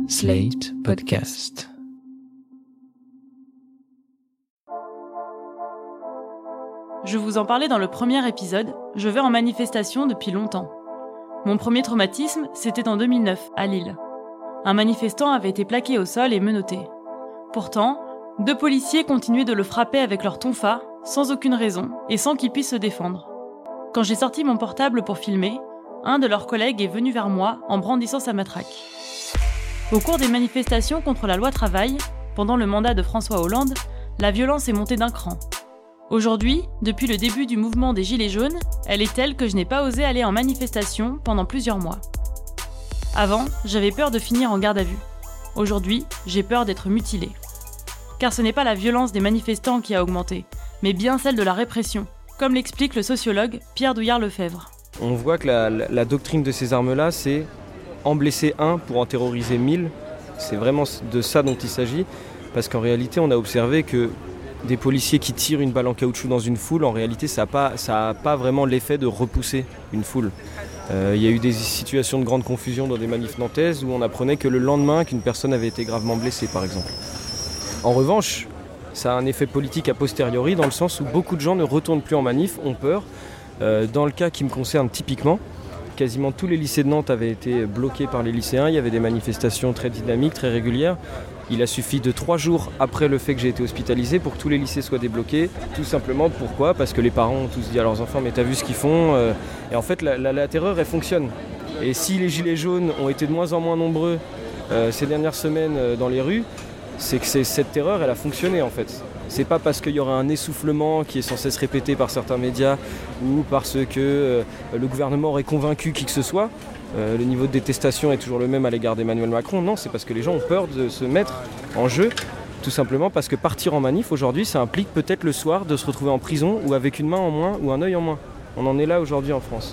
Slate Podcast. Je vous en parlais dans le premier épisode, je vais en manifestation depuis longtemps. Mon premier traumatisme, c'était en 2009, à Lille. Un manifestant avait été plaqué au sol et menotté. Pourtant, 2 policiers continuaient de le frapper avec leur tonfa, sans aucune raison, et sans qu'il puisse se défendre. Quand j'ai sorti mon portable pour filmer, un de leurs collègues est venu vers moi en brandissant sa matraque. Au cours des manifestations contre la loi travail, pendant le mandat de François Hollande, la violence est montée d'un cran. Aujourd'hui, depuis le début du mouvement des Gilets jaunes, elle est telle que je n'ai pas osé aller en manifestation pendant plusieurs mois. Avant, j'avais peur de finir en garde à vue. Aujourd'hui, j'ai peur d'être mutilée. Car ce n'est pas la violence des manifestants qui a augmenté, mais bien celle de la répression, comme l'explique le sociologue Pierre Douillard-Lefebvre. On voit que la doctrine de ces armes-là, c'est en blesser un pour en terroriser 1000. C'est vraiment de ça dont il s'agit, parce qu'en réalité, on a observé que des policiers qui tirent une balle en caoutchouc dans une foule, en réalité, ça a pas vraiment l'effet de repousser une foule. Il y a eu des situations de grande confusion dans des manifs nantaises où on apprenait que le lendemain, qu'une personne avait été gravement blessée, par exemple. En revanche, ça a un effet politique a posteriori, dans le sens où beaucoup de gens ne retournent plus en manif, ont peur. Dans le cas qui me concerne typiquement, quasiment tous les lycées de Nantes avaient été bloqués par les lycéens. Il y avait des manifestations très dynamiques, très régulières. Il a suffi de 3 jours après le fait que j'ai été hospitalisé pour que tous les lycées soient débloqués. Tout simplement, pourquoi ? Parce que les parents ont tous dit à leurs enfants « mais t'as vu ce qu'ils font ?» Et en fait, la terreur, elle fonctionne. Et si les gilets jaunes ont été de moins en moins nombreux ces dernières semaines dans les rues, c'est que cette terreur, elle a fonctionné en fait. C'est pas parce qu'il y aura un essoufflement qui est sans cesse répété par certains médias ou parce que le gouvernement aurait convaincu qui que ce soit. Le niveau de détestation est toujours le même à l'égard d'Emmanuel Macron. Non, c'est parce que les gens ont peur de se mettre en jeu. Tout simplement parce que partir en manif aujourd'hui, ça implique peut-être le soir de se retrouver en prison ou avec une main en moins ou un œil en moins. On en est là aujourd'hui en France.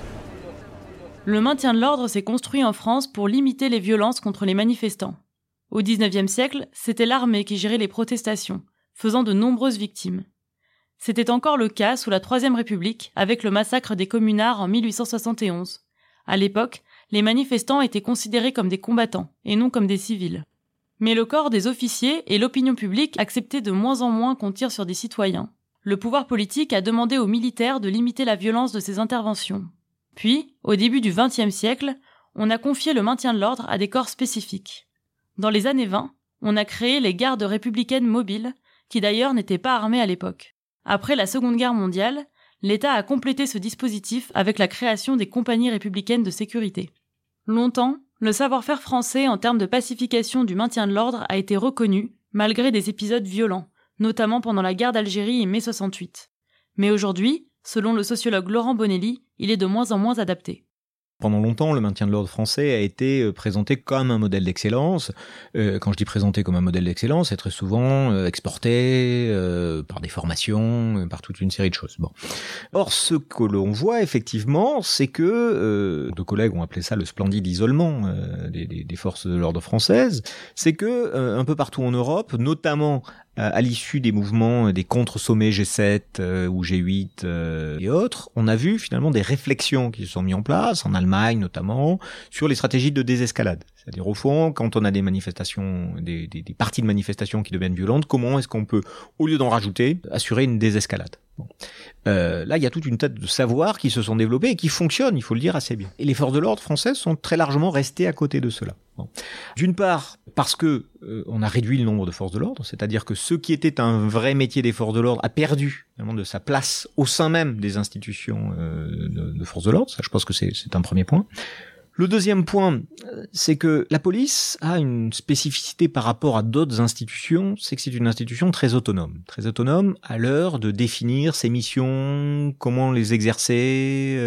Le maintien de l'ordre s'est construit en France pour limiter les violences contre les manifestants. Au XIXe siècle, c'était l'armée qui gérait les protestations, faisant de nombreuses victimes. C'était encore le cas sous la Troisième République, avec le massacre des communards en 1871. À l'époque, les manifestants étaient considérés comme des combattants, et non comme des civils. Mais le corps des officiers et l'opinion publique acceptaient de moins en moins qu'on tire sur des citoyens. Le pouvoir politique a demandé aux militaires de limiter la violence de ces interventions. Puis, au début du XXe siècle, on a confié le maintien de l'ordre à des corps spécifiques. Dans les années 20, on a créé les gardes républicaines mobiles, qui d'ailleurs n'étaient pas armés à l'époque. Après la Seconde Guerre mondiale, l'État a complété ce dispositif avec la création des compagnies républicaines de sécurité. Longtemps, le savoir-faire français en termes de pacification du maintien de l'ordre a été reconnu, malgré des épisodes violents, notamment pendant la guerre d'Algérie et mai 68. Mais aujourd'hui, selon le sociologue Laurent Bonelli, il est de moins en moins adapté. Pendant longtemps, le maintien de l'ordre français a été présenté comme un modèle d'excellence. Quand je dis présenté comme un modèle d'excellence, c'est très souvent exporté par des formations, par toute une série de choses. Bon. Or, ce que l'on voit effectivement, c'est que, 2 collègues ont appelé ça le splendide isolement des forces de l'ordre françaises, c'est que un peu partout en Europe, notamment à l'issue des mouvements des contre-sommets G7 ou G8 et autres, on a vu finalement des réflexions qui se sont mises en place, en Allemagne notamment, sur les stratégies de désescalade. C'est-à-dire au fond, quand on a des manifestations, des parties de manifestations qui deviennent violentes, comment est-ce qu'on peut, au lieu d'en rajouter, assurer une désescalade ? Bon. Là, il y a toute une tête de savoirs qui se sont développés et qui fonctionnent, il faut le dire, assez bien. Et les forces de l'ordre françaises sont très largement restées à côté de cela. Bon. D'une part, parce que on a réduit le nombre de forces de l'ordre, c'est-à-dire que ce qui était un vrai métier des forces de l'ordre a perdu vraiment de sa place au sein même des institutions de forces de l'ordre. Ça, je pense que c'est un premier point. Le deuxième point, c'est que la police a une spécificité par rapport à d'autres institutions, c'est que c'est une institution très autonome à l'heure de définir ses missions, comment les exercer.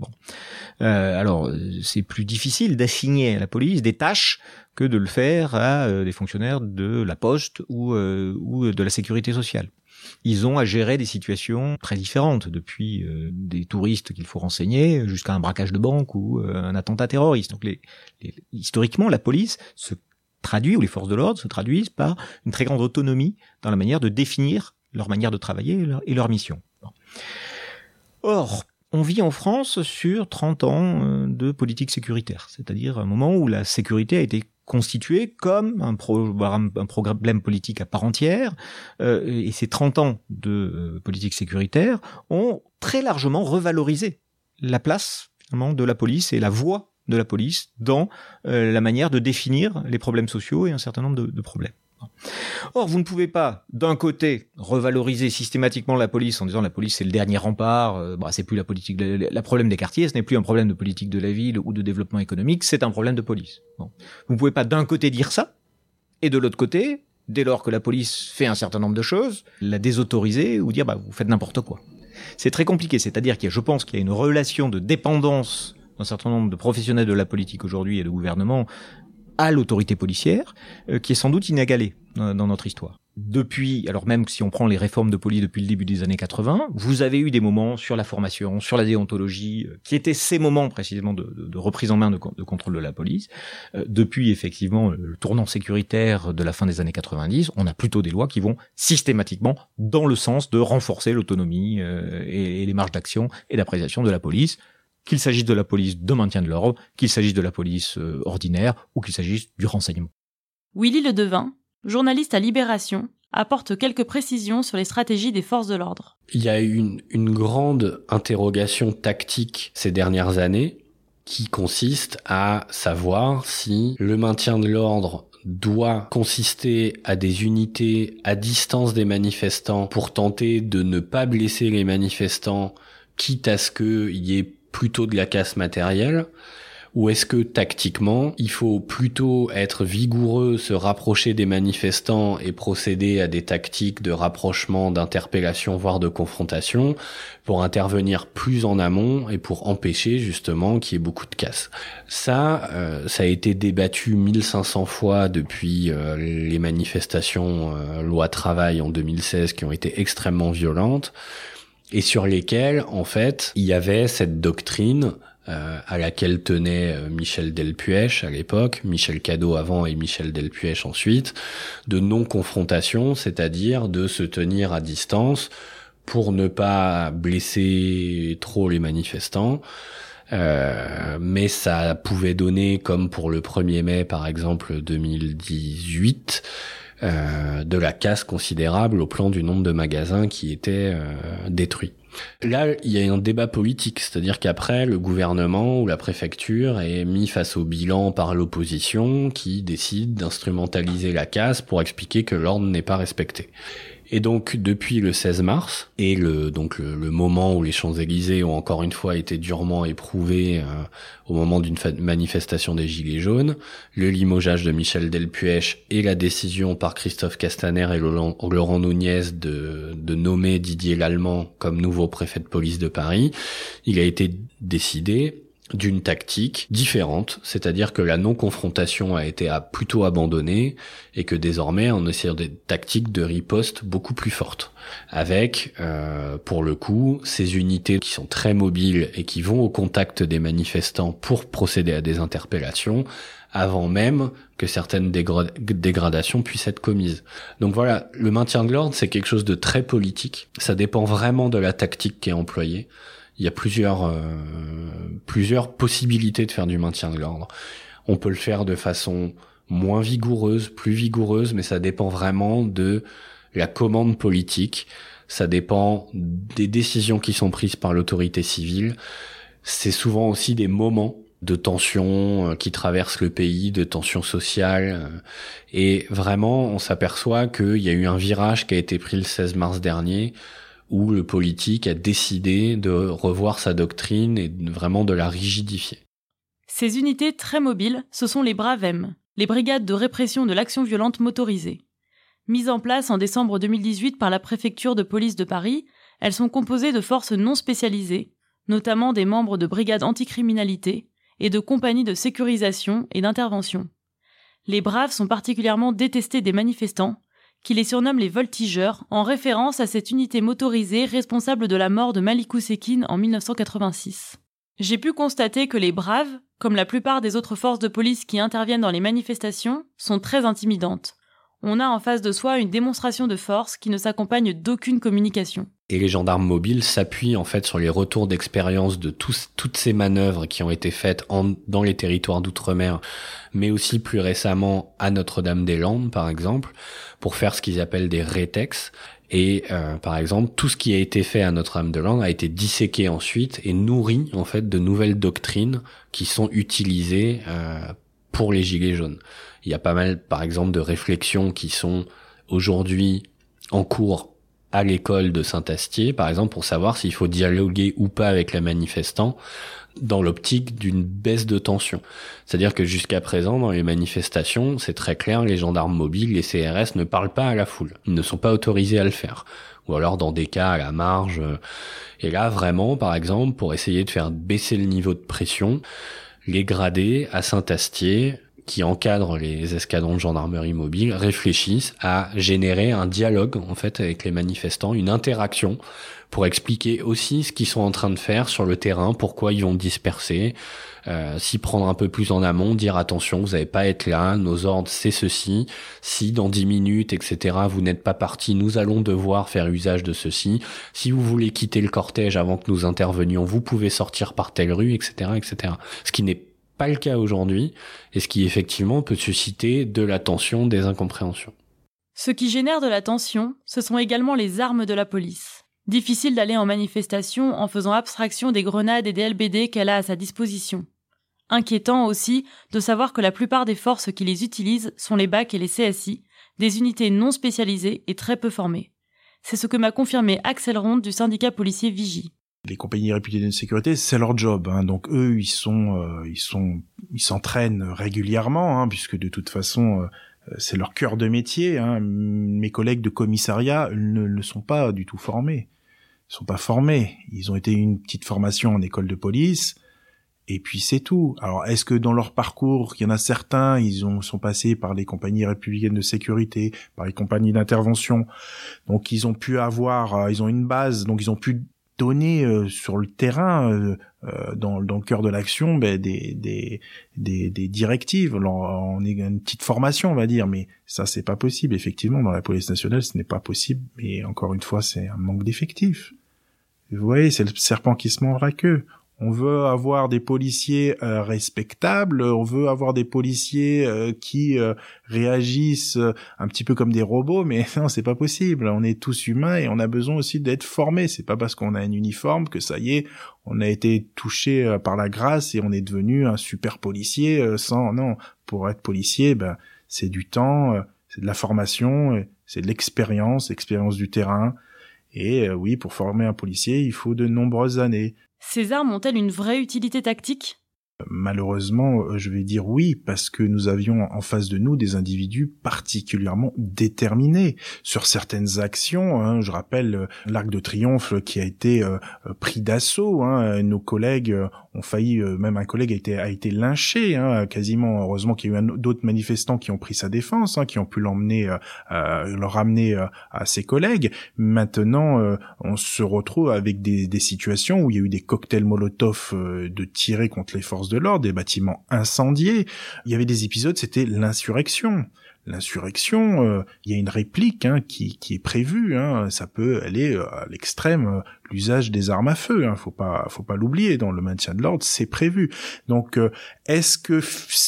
Alors, c'est plus difficile d'assigner à la police des tâches que de le faire à des fonctionnaires de la Poste ou de la Sécurité sociale. Ils ont à gérer des situations très différentes, depuis des touristes qu'il faut renseigner jusqu'à un braquage de banque ou un attentat terroriste. Donc historiquement, la police se traduit, ou les forces de l'ordre se traduisent par une très grande autonomie dans la manière de définir leur manière de travailler et leur mission. Or, on vit en France sur 30 ans de politique sécuritaire, c'est-à-dire un moment où la sécurité a été constitué comme un problème politique à part entière, et ces 30 ans de politique sécuritaire ont très largement revalorisé la place finalement de la police et la voix de la police dans la manière de définir les problèmes sociaux et un certain nombre de problèmes. Or, vous ne pouvez pas, d'un côté, revaloriser systématiquement la police en disant la police c'est le dernier rempart, c'est plus la politique, le problème des quartiers, ce n'est plus un problème de politique de la ville ou de développement économique, c'est un problème de police. Bon. Vous ne pouvez pas d'un côté dire ça, et de l'autre côté, dès lors que la police fait un certain nombre de choses, la désautoriser ou dire vous faites n'importe quoi. C'est très compliqué, c'est-à-dire je pense qu'il y a une relation de dépendance d'un certain nombre de professionnels de la politique aujourd'hui et de gouvernement à l'autorité policière, qui est sans doute inégalée dans notre histoire. Depuis, alors même si on prend les réformes de police depuis le début des années 80, vous avez eu des moments sur la formation, sur la déontologie, qui étaient ces moments précisément de reprise en main de contrôle de la police. Depuis effectivement le tournant sécuritaire de la fin des années 90, on a plutôt des lois qui vont systématiquement dans le sens de renforcer l'autonomie et les marges d'action et d'appréciation de la police, qu'il s'agisse de la police de maintien de l'ordre, qu'il s'agisse de la police ordinaire ou qu'il s'agisse du renseignement. Willy Ledevin, journaliste à Libération, apporte quelques précisions sur les stratégies des forces de l'ordre. Il y a eu une grande interrogation tactique ces dernières années qui consiste à savoir si le maintien de l'ordre doit consister à des unités à distance des manifestants pour tenter de ne pas blesser les manifestants, quitte à ce qu'il y ait plutôt de la casse matérielle, ou est-ce que tactiquement, il faut plutôt être vigoureux, se rapprocher des manifestants et procéder à des tactiques de rapprochement, d'interpellation, voire de confrontation, pour intervenir plus en amont et pour empêcher justement qu'il y ait beaucoup de casse. Ça a été débattu 1500 fois depuis les manifestations loi travail en 2016 qui ont été extrêmement violentes, et sur lesquels, en fait, il y avait cette doctrine à laquelle tenait Michel Delpuech à l'époque, Michel Cadot avant et Michel Delpuech ensuite, de non-confrontation, c'est-à-dire de se tenir à distance pour ne pas blesser trop les manifestants. Mais ça pouvait donner, comme pour le 1er mai par exemple 2018, de la casse considérable au plan du nombre de magasins qui étaient détruits. Là, il y a un débat politique, c'est-à-dire qu'après, le gouvernement ou la préfecture est mis face au bilan par l'opposition qui décide d'instrumentaliser la casse pour expliquer que l'ordre n'est pas respecté. Et donc, depuis le 16 mars, et le moment où les Champs-Élysées ont encore une fois été durement éprouvés au moment d'une manifestation des Gilets jaunes, le limogeage de Michel Delpuech et la décision par Christophe Castaner et Laurent Nunez de nommer Didier Lallemand comme nouveau préfet de police de Paris, il a été décidé d'une tactique différente, c'est-à-dire que la non-confrontation a été plutôt abandonnée et que désormais on est sur des tactiques de riposte beaucoup plus fortes, avec pour le coup ces unités qui sont très mobiles et qui vont au contact des manifestants pour procéder à des interpellations avant même que certaines dégradations puissent être commises. Donc voilà, le maintien de l'ordre c'est quelque chose de très politique, ça dépend vraiment de la tactique qui est employée. Il y a plusieurs possibilités de faire du maintien de l'ordre. On peut le faire de façon moins vigoureuse, plus vigoureuse, mais ça dépend vraiment de la commande politique. Ça dépend des décisions qui sont prises par l'autorité civile. C'est souvent aussi des moments de tension qui traversent le pays, de tension sociale. Et vraiment, on s'aperçoit qu'il y a eu un virage qui a été pris le 16 mars dernier, où le politique a décidé de revoir sa doctrine et vraiment de la rigidifier. Ces unités très mobiles, ce sont les BRAVEM, les brigades de répression de l'action violente motorisée. Mises en place en décembre 2018 par la préfecture de police de Paris, elles sont composées de forces non spécialisées, notamment des membres de brigades anticriminalité et de compagnies de sécurisation et d'intervention. Les braves sont particulièrement détestés des manifestants, qui les surnomment les voltigeurs, en référence à cette unité motorisée responsable de la mort de Malikou Sekine en 1986. J'ai pu constater que les braves, comme la plupart des autres forces de police qui interviennent dans les manifestations, sont très intimidantes. On a en face de soi une démonstration de force qui ne s'accompagne d'aucune communication. Et les gendarmes mobiles s'appuient en fait sur les retours d'expérience de toutes ces manœuvres qui ont été faites dans les territoires d'outre-mer, mais aussi plus récemment à Notre-Dame-des-Landes par exemple, pour faire ce qu'ils appellent des rétex. Et par exemple, tout ce qui a été fait à Notre-Dame-des-Landes a été disséqué ensuite et nourri en fait de nouvelles doctrines qui sont utilisées pour les gilets jaunes. Il y a pas mal, par exemple, de réflexions qui sont aujourd'hui en cours à l'école de Saint-Astier, par exemple, pour savoir s'il faut dialoguer ou pas avec les manifestants dans l'optique d'une baisse de tension. C'est-à-dire que jusqu'à présent, dans les manifestations, c'est très clair, les gendarmes mobiles, les CRS ne parlent pas à la foule. Ils ne sont pas autorisés à le faire. Ou alors dans des cas à la marge. Et là, vraiment, par exemple, pour essayer de faire baisser le niveau de pression, les gradés à Saint-Astier, qui encadrent les escadrons de gendarmerie mobile, réfléchissent à générer un dialogue en fait avec les manifestants, une interaction pour expliquer aussi ce qu'ils sont en train de faire sur le terrain, pourquoi ils vont disperser, s'y prendre un peu plus en amont, dire attention, vous n'allez pas être là, nos ordres c'est ceci, si dans 10 minutes, etc., vous n'êtes pas parti, nous allons devoir faire usage de ceci, si vous voulez quitter le cortège avant que nous intervenions, vous pouvez sortir par telle rue, etc., etc. Ce qui n'est pas le cas aujourd'hui, et ce qui effectivement peut susciter de la tension, des incompréhensions. Ce qui génère de la tension, ce sont également les armes de la police. Difficile d'aller en manifestation en faisant abstraction des grenades et des LBD qu'elle a à sa disposition. Inquiétant aussi de savoir que la plupart des forces qui les utilisent sont les BAC et les CSI, des unités non spécialisées et très peu formées. C'est ce que m'a confirmé Axel Ronde du syndicat policier Vigie. Les compagnies républicaines de sécurité, c'est leur job, hein. Donc eux, ils s'entraînent régulièrement, hein, puisque de toute façon, c'est leur cœur de métier, hein. Mes collègues de commissariat ne sont pas du tout formés. Ils sont pas formés. Ils ont été une petite formation en école de police, et puis c'est tout. Alors, est-ce que dans leur parcours, il y en a certains, sont passés par les compagnies républicaines de sécurité, par les compagnies d'intervention, donc ils ont pu avoir, ils ont une base, donc ils ont pu donner sur le terrain, dans le cœur de l'action, des directives. Alors, on est une petite formation, on va dire, mais ça c'est pas possible. Effectivement, dans la police nationale, ce n'est pas possible. Mais encore une fois, c'est un manque d'effectifs. Vous voyez, c'est le serpent qui se mord la queue. On veut avoir des policiers respectables, on veut avoir des policiers qui réagissent un petit peu comme des robots, mais non, c'est pas possible. On est tous humains et on a besoin aussi d'être formés. C'est pas parce qu'on a un uniforme que ça y est, on a été touché par la grâce et on est devenu un super policier non, pour être policier, c'est du temps, c'est de la formation, c'est de l'expérience du terrain. Et oui, pour former un policier, il faut de nombreuses années. Ces armes ont-elles une vraie utilité tactique ? Malheureusement, je vais dire oui, parce que nous avions en face de nous des individus particulièrement déterminés sur certaines actions. Hein, je rappelle l'Arc de Triomphe qui a été pris d'assaut. Hein, nos collègues ont failli, même un collègue a été lynché, hein, quasiment. Heureusement qu'il y a eu d'autres manifestants qui ont pris sa défense, hein, qui ont pu le ramener à ses collègues. Maintenant, on se retrouve avec des situations où il y a eu des cocktails Molotov de tirer contre les forces de l'ordre, des bâtiments incendiés. Il y avait des épisodes, c'était l'insurrection. L'insurrection, il y a une réplique qui est prévue. Hein, ça peut aller à l'extrême, l'usage des armes à feu. Faut pas l'oublier. Dans le maintien de l'ordre, c'est prévu. Donc, est-ce que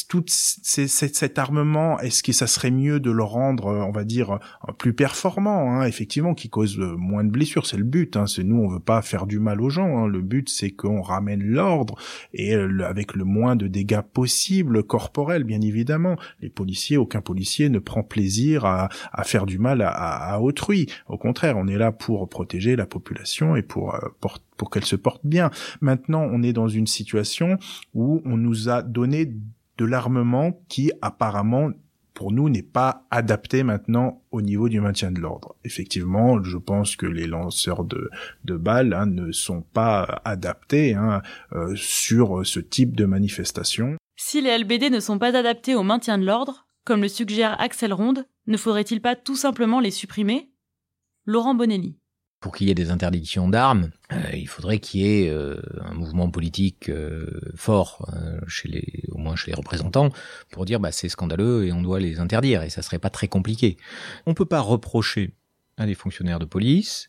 cet armement, est-ce que ça serait mieux de le rendre, on va dire, plus performant, hein, effectivement, qui cause moins de blessures. C'est le but. Hein, c'est nous, on veut pas faire du mal aux gens. Hein, le but, c'est qu'on ramène l'ordre et avec le moins de dégâts possible corporels, bien évidemment. Les policiers, aucun policier ne prend plaisir à faire du mal à autrui. Au contraire, on est là pour protéger la population et pour qu'elle se porte bien. Maintenant, on est dans une situation où on nous a donné de l'armement qui apparemment pour nous n'est pas adapté maintenant au niveau du maintien de l'ordre. Effectivement, je pense que les lanceurs de balles ne sont pas adaptés sur ce type de manifestation. Si les LBD ne sont pas adaptés au maintien de l'ordre, comme le suggère Axel Ronde, ne faudrait-il pas tout simplement les supprimer ? Laurent Bonelli. Pour qu'il y ait des interdictions d'armes, il faudrait qu'il y ait un mouvement politique fort, au moins chez les représentants, pour dire c'est scandaleux et on doit les interdire, et ça serait pas très compliqué. On peut pas reprocher à des fonctionnaires de police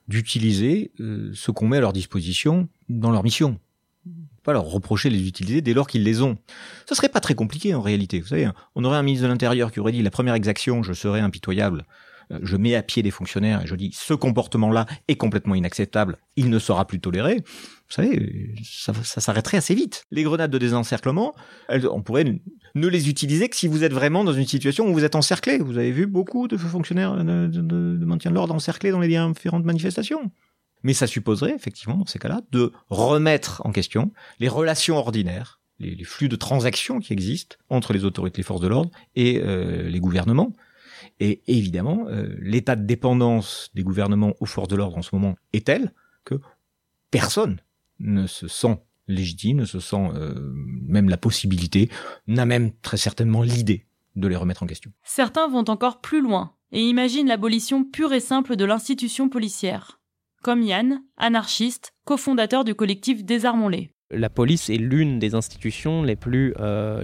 d'utiliser ce qu'on met à leur disposition dans leur mission. Pas leur reprocher de les utiliser dès lors qu'ils les ont. Ce serait pas très compliqué en réalité. Vous savez, on aurait un ministre de l'Intérieur qui aurait dit la première exaction, je serai impitoyable. Je mets à pied des fonctionnaires et je dis ce comportement-là est complètement inacceptable, il ne sera plus toléré. Vous savez, ça s'arrêterait assez vite. Les grenades de désencerclement, on pourrait ne les utiliser que si vous êtes vraiment dans une situation où vous êtes encerclé. Vous avez vu beaucoup de fonctionnaires de maintien de l'ordre encerclés dans les différentes manifestations. Mais ça supposerait, effectivement, dans ces cas-là, de remettre en question les relations ordinaires, les flux de transactions qui existent entre les autorités, les forces de l'ordre et les gouvernements. Et évidemment, l'état de dépendance des gouvernements aux forces de l'ordre en ce moment est tel que personne ne se sent légitime, ne se sent même la possibilité, n'a même très certainement l'idée de les remettre en question. Certains vont encore plus loin et imaginent l'abolition pure et simple de l'institution policière. Comme Yann, anarchiste, cofondateur du collectif Désarmons-les. La police est l'une des institutions les plus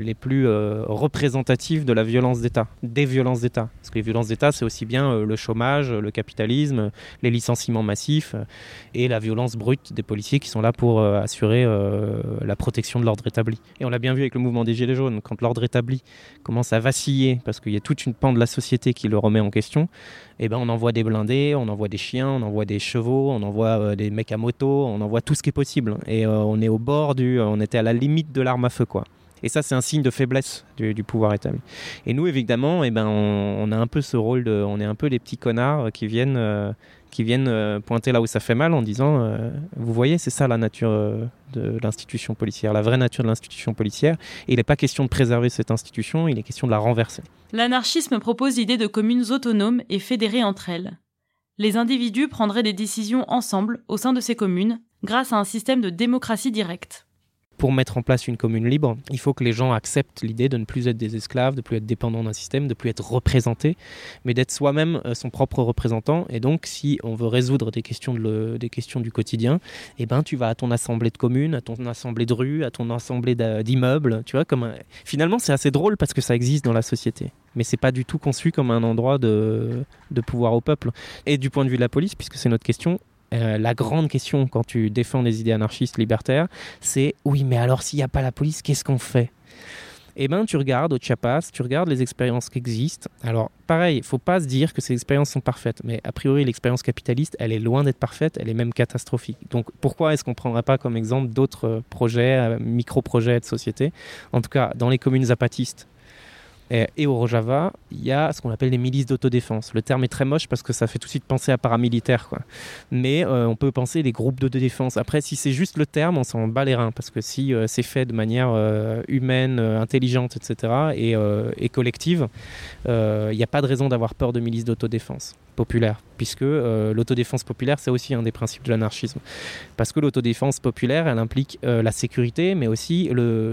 représentatives de la violence d'État, des violences d'État. Parce que les violences d'État, c'est aussi bien le chômage, le capitalisme, les licenciements massifs et la violence brute des policiers qui sont là pour assurer la protection de l'ordre établi. Et on l'a bien vu avec le mouvement des Gilets jaunes, quand l'ordre établi commence à vaciller parce qu'il y a toute une pan de la société qui le remet en question, eh ben on envoie des blindés, on envoie des chiens, on envoie des chevaux, on envoie des mecs à moto, on envoie tout ce qui est possible. Et on est au bord on était à la limite de l'arme à feu, quoi. Et ça, c'est un signe de faiblesse du pouvoir établi. Et nous, évidemment, eh ben, on a un peu ce rôle on est un peu les petits connards qui viennent pointer là où ça fait mal en disant vous voyez, c'est ça la nature de l'institution policière, la vraie nature de l'institution policière. Et il n'est pas question de préserver cette institution, il est question de la renverser. L'anarchisme propose l'idée de communes autonomes et fédérées entre elles. Les individus prendraient des décisions ensemble au sein de ces communes grâce à un système de démocratie directe. Pour mettre en place une commune libre, il faut que les gens acceptent l'idée de ne plus être des esclaves, de ne plus être dépendants d'un système, de ne plus être représentés, mais d'être soi-même son propre représentant. Et donc, si on veut résoudre des questions du quotidien, eh ben, tu vas à ton assemblée de communes, à ton assemblée de rue, à ton assemblée d'immeubles. Tu vois, finalement, c'est assez drôle parce que ça existe dans la société. Mais c'est pas du tout conçu comme un endroit de pouvoir au peuple. Et du point de vue de la police, puisque c'est notre question, la grande question quand tu défends des idées anarchistes libertaires, c'est oui, mais alors s'il n'y a pas la police, qu'est-ce qu'on fait ? Eh bien, tu regardes au Chiapas, tu regardes les expériences qui existent. Alors, pareil, il ne faut pas se dire que ces expériences sont parfaites, mais a priori, l'expérience capitaliste, elle est loin d'être parfaite, elle est même catastrophique. Donc, pourquoi est-ce qu'on ne prendrait pas comme exemple d'autres projets, micro-projets de société ? En tout cas, dans les communes zapatistes, et au Rojava, il y a ce qu'on appelle les milices d'autodéfense. Le terme est très moche parce que ça fait tout de suite penser à paramilitaire, quoi. Mais on peut penser des groupes d'autodéfense. Après, si c'est juste le terme, on s'en bat les reins parce que si c'est fait de manière humaine, intelligente, etc. et collective, il n'y a pas de raison d'avoir peur de milices d'autodéfense populaire, puisque l'autodéfense populaire, c'est aussi un des principes de l'anarchisme. Parce que l'autodéfense populaire, elle implique la sécurité, mais aussi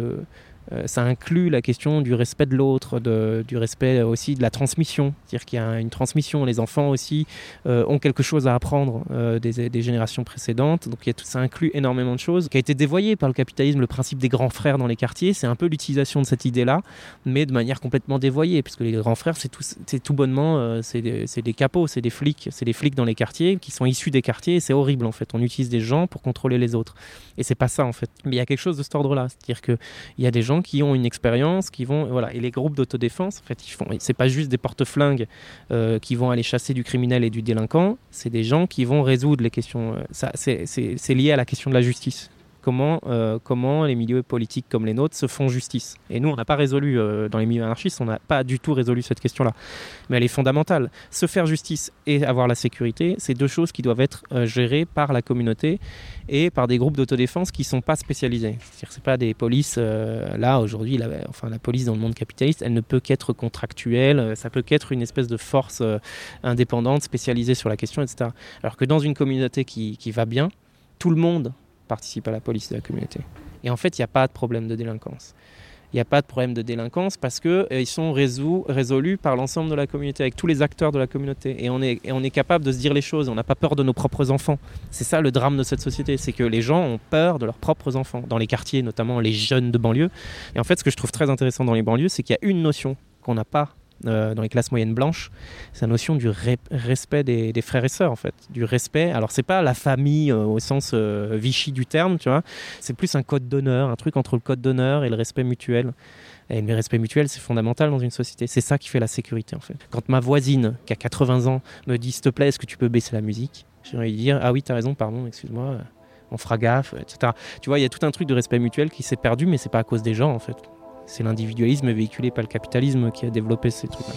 ça inclut la question du respect de l'autre, du respect aussi de la transmission. C'est-à-dire qu'il y a une transmission. Les enfants aussi ont quelque chose à apprendre des générations précédentes. Donc ça inclut énormément de choses. Qui a été dévoyé par le capitalisme, le principe des grands frères dans les quartiers. C'est un peu l'utilisation de cette idée-là, mais de manière complètement dévoyée. Puisque les grands frères, c'est tout bonnement, c'est des capots, c'est des flics. C'est des flics dans les quartiers qui sont issus des quartiers. Et c'est horrible, en fait. On utilise des gens pour contrôler les autres. Et c'est pas ça, en fait. Mais il y a quelque chose de cet ordre-là. C'est-à-dire qu'il y a des gens qui ont une expérience, et les groupes d'autodéfense, en fait, c'est pas juste des porte-flingues qui vont aller chasser du criminel et du délinquant, c'est des gens qui vont résoudre les questions. C'est lié à la question de la justice. Comment les milieux politiques comme les nôtres se font justice. Et nous, on n'a pas résolu, dans les milieux anarchistes, on n'a pas du tout résolu cette question-là. Mais elle est fondamentale. Se faire justice et avoir la sécurité, c'est deux choses qui doivent être gérées par la communauté et par des groupes d'autodéfense qui ne sont pas spécialisés. C'est-à-dire que ce n'est pas des polices, là, aujourd'hui, la police dans le monde capitaliste, elle ne peut qu'être contractuelle, ça peut qu'être une espèce de force indépendante, spécialisée sur la question, etc. Alors que dans une communauté qui va bien, tout le monde participe à la police de la communauté. Et en fait, il n'y a pas de problème de délinquance. Il n'y a pas de problème de délinquance parce qu'ils sont résolus par l'ensemble de la communauté, avec tous les acteurs de la communauté. Et on est capable de se dire les choses, on n'a pas peur de nos propres enfants. C'est ça le drame de cette société, c'est que les gens ont peur de leurs propres enfants, dans les quartiers, notamment les jeunes de banlieue. Et en fait, ce que je trouve très intéressant dans les banlieues, c'est qu'il y a une notion qu'on n'a pas dans les classes moyennes blanches, c'est la notion du respect des frères et sœurs, en fait. Du respect. Alors, c'est pas la famille au sens Vichy du terme, tu vois. C'est plus un code d'honneur, un truc entre le code d'honneur et le respect mutuel. Et le respect mutuel, c'est fondamental dans une société. C'est ça qui fait la sécurité, en fait. Quand ma voisine, qui a 80 ans, me dit « S'il te plaît, est-ce que tu peux baisser la musique ?» J'ai envie de dire « Ah oui, t'as raison, pardon, excuse-moi, on fera gaffe, etc. » Tu vois, il y a tout un truc de respect mutuel qui s'est perdu, mais c'est pas à cause des gens, en fait. C'est l'individualisme véhiculé par le capitalisme qui a développé ces trucs-là.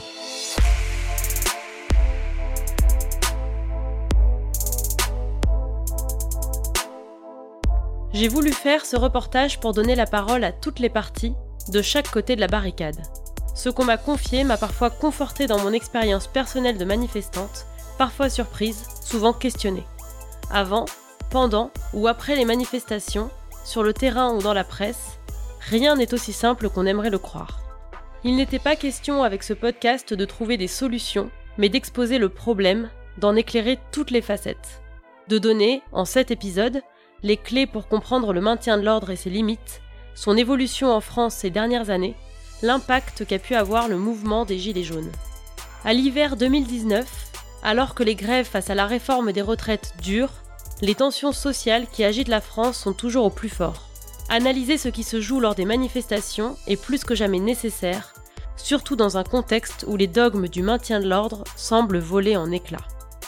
J'ai voulu faire ce reportage pour donner la parole à toutes les parties, de chaque côté de la barricade. Ce qu'on m'a confié m'a parfois conforté dans mon expérience personnelle de manifestante, parfois surprise, souvent questionnée. Avant, pendant ou après les manifestations, sur le terrain ou dans la presse, rien n'est aussi simple qu'on aimerait le croire. Il n'était pas question avec ce podcast de trouver des solutions, mais d'exposer le problème, d'en éclairer toutes les facettes. De donner, en 7 épisodes, les clés pour comprendre le maintien de l'ordre et ses limites, son évolution en France ces dernières années, l'impact qu'a pu avoir le mouvement des Gilets jaunes. À l'hiver 2019, alors que les grèves face à la réforme des retraites durent, les tensions sociales qui agitent la France sont toujours au plus fort. Analyser ce qui se joue lors des manifestations est plus que jamais nécessaire, surtout dans un contexte où les dogmes du maintien de l'ordre semblent voler en éclats.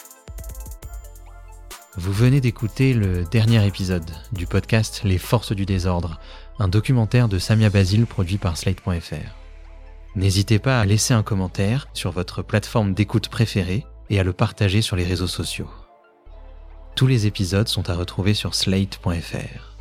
Vous venez d'écouter le dernier épisode du podcast Les Forces du Désordre, un documentaire de Samia Basile produit par Slate.fr. N'hésitez pas à laisser un commentaire sur votre plateforme d'écoute préférée et à le partager sur les réseaux sociaux. Tous les épisodes sont à retrouver sur Slate.fr.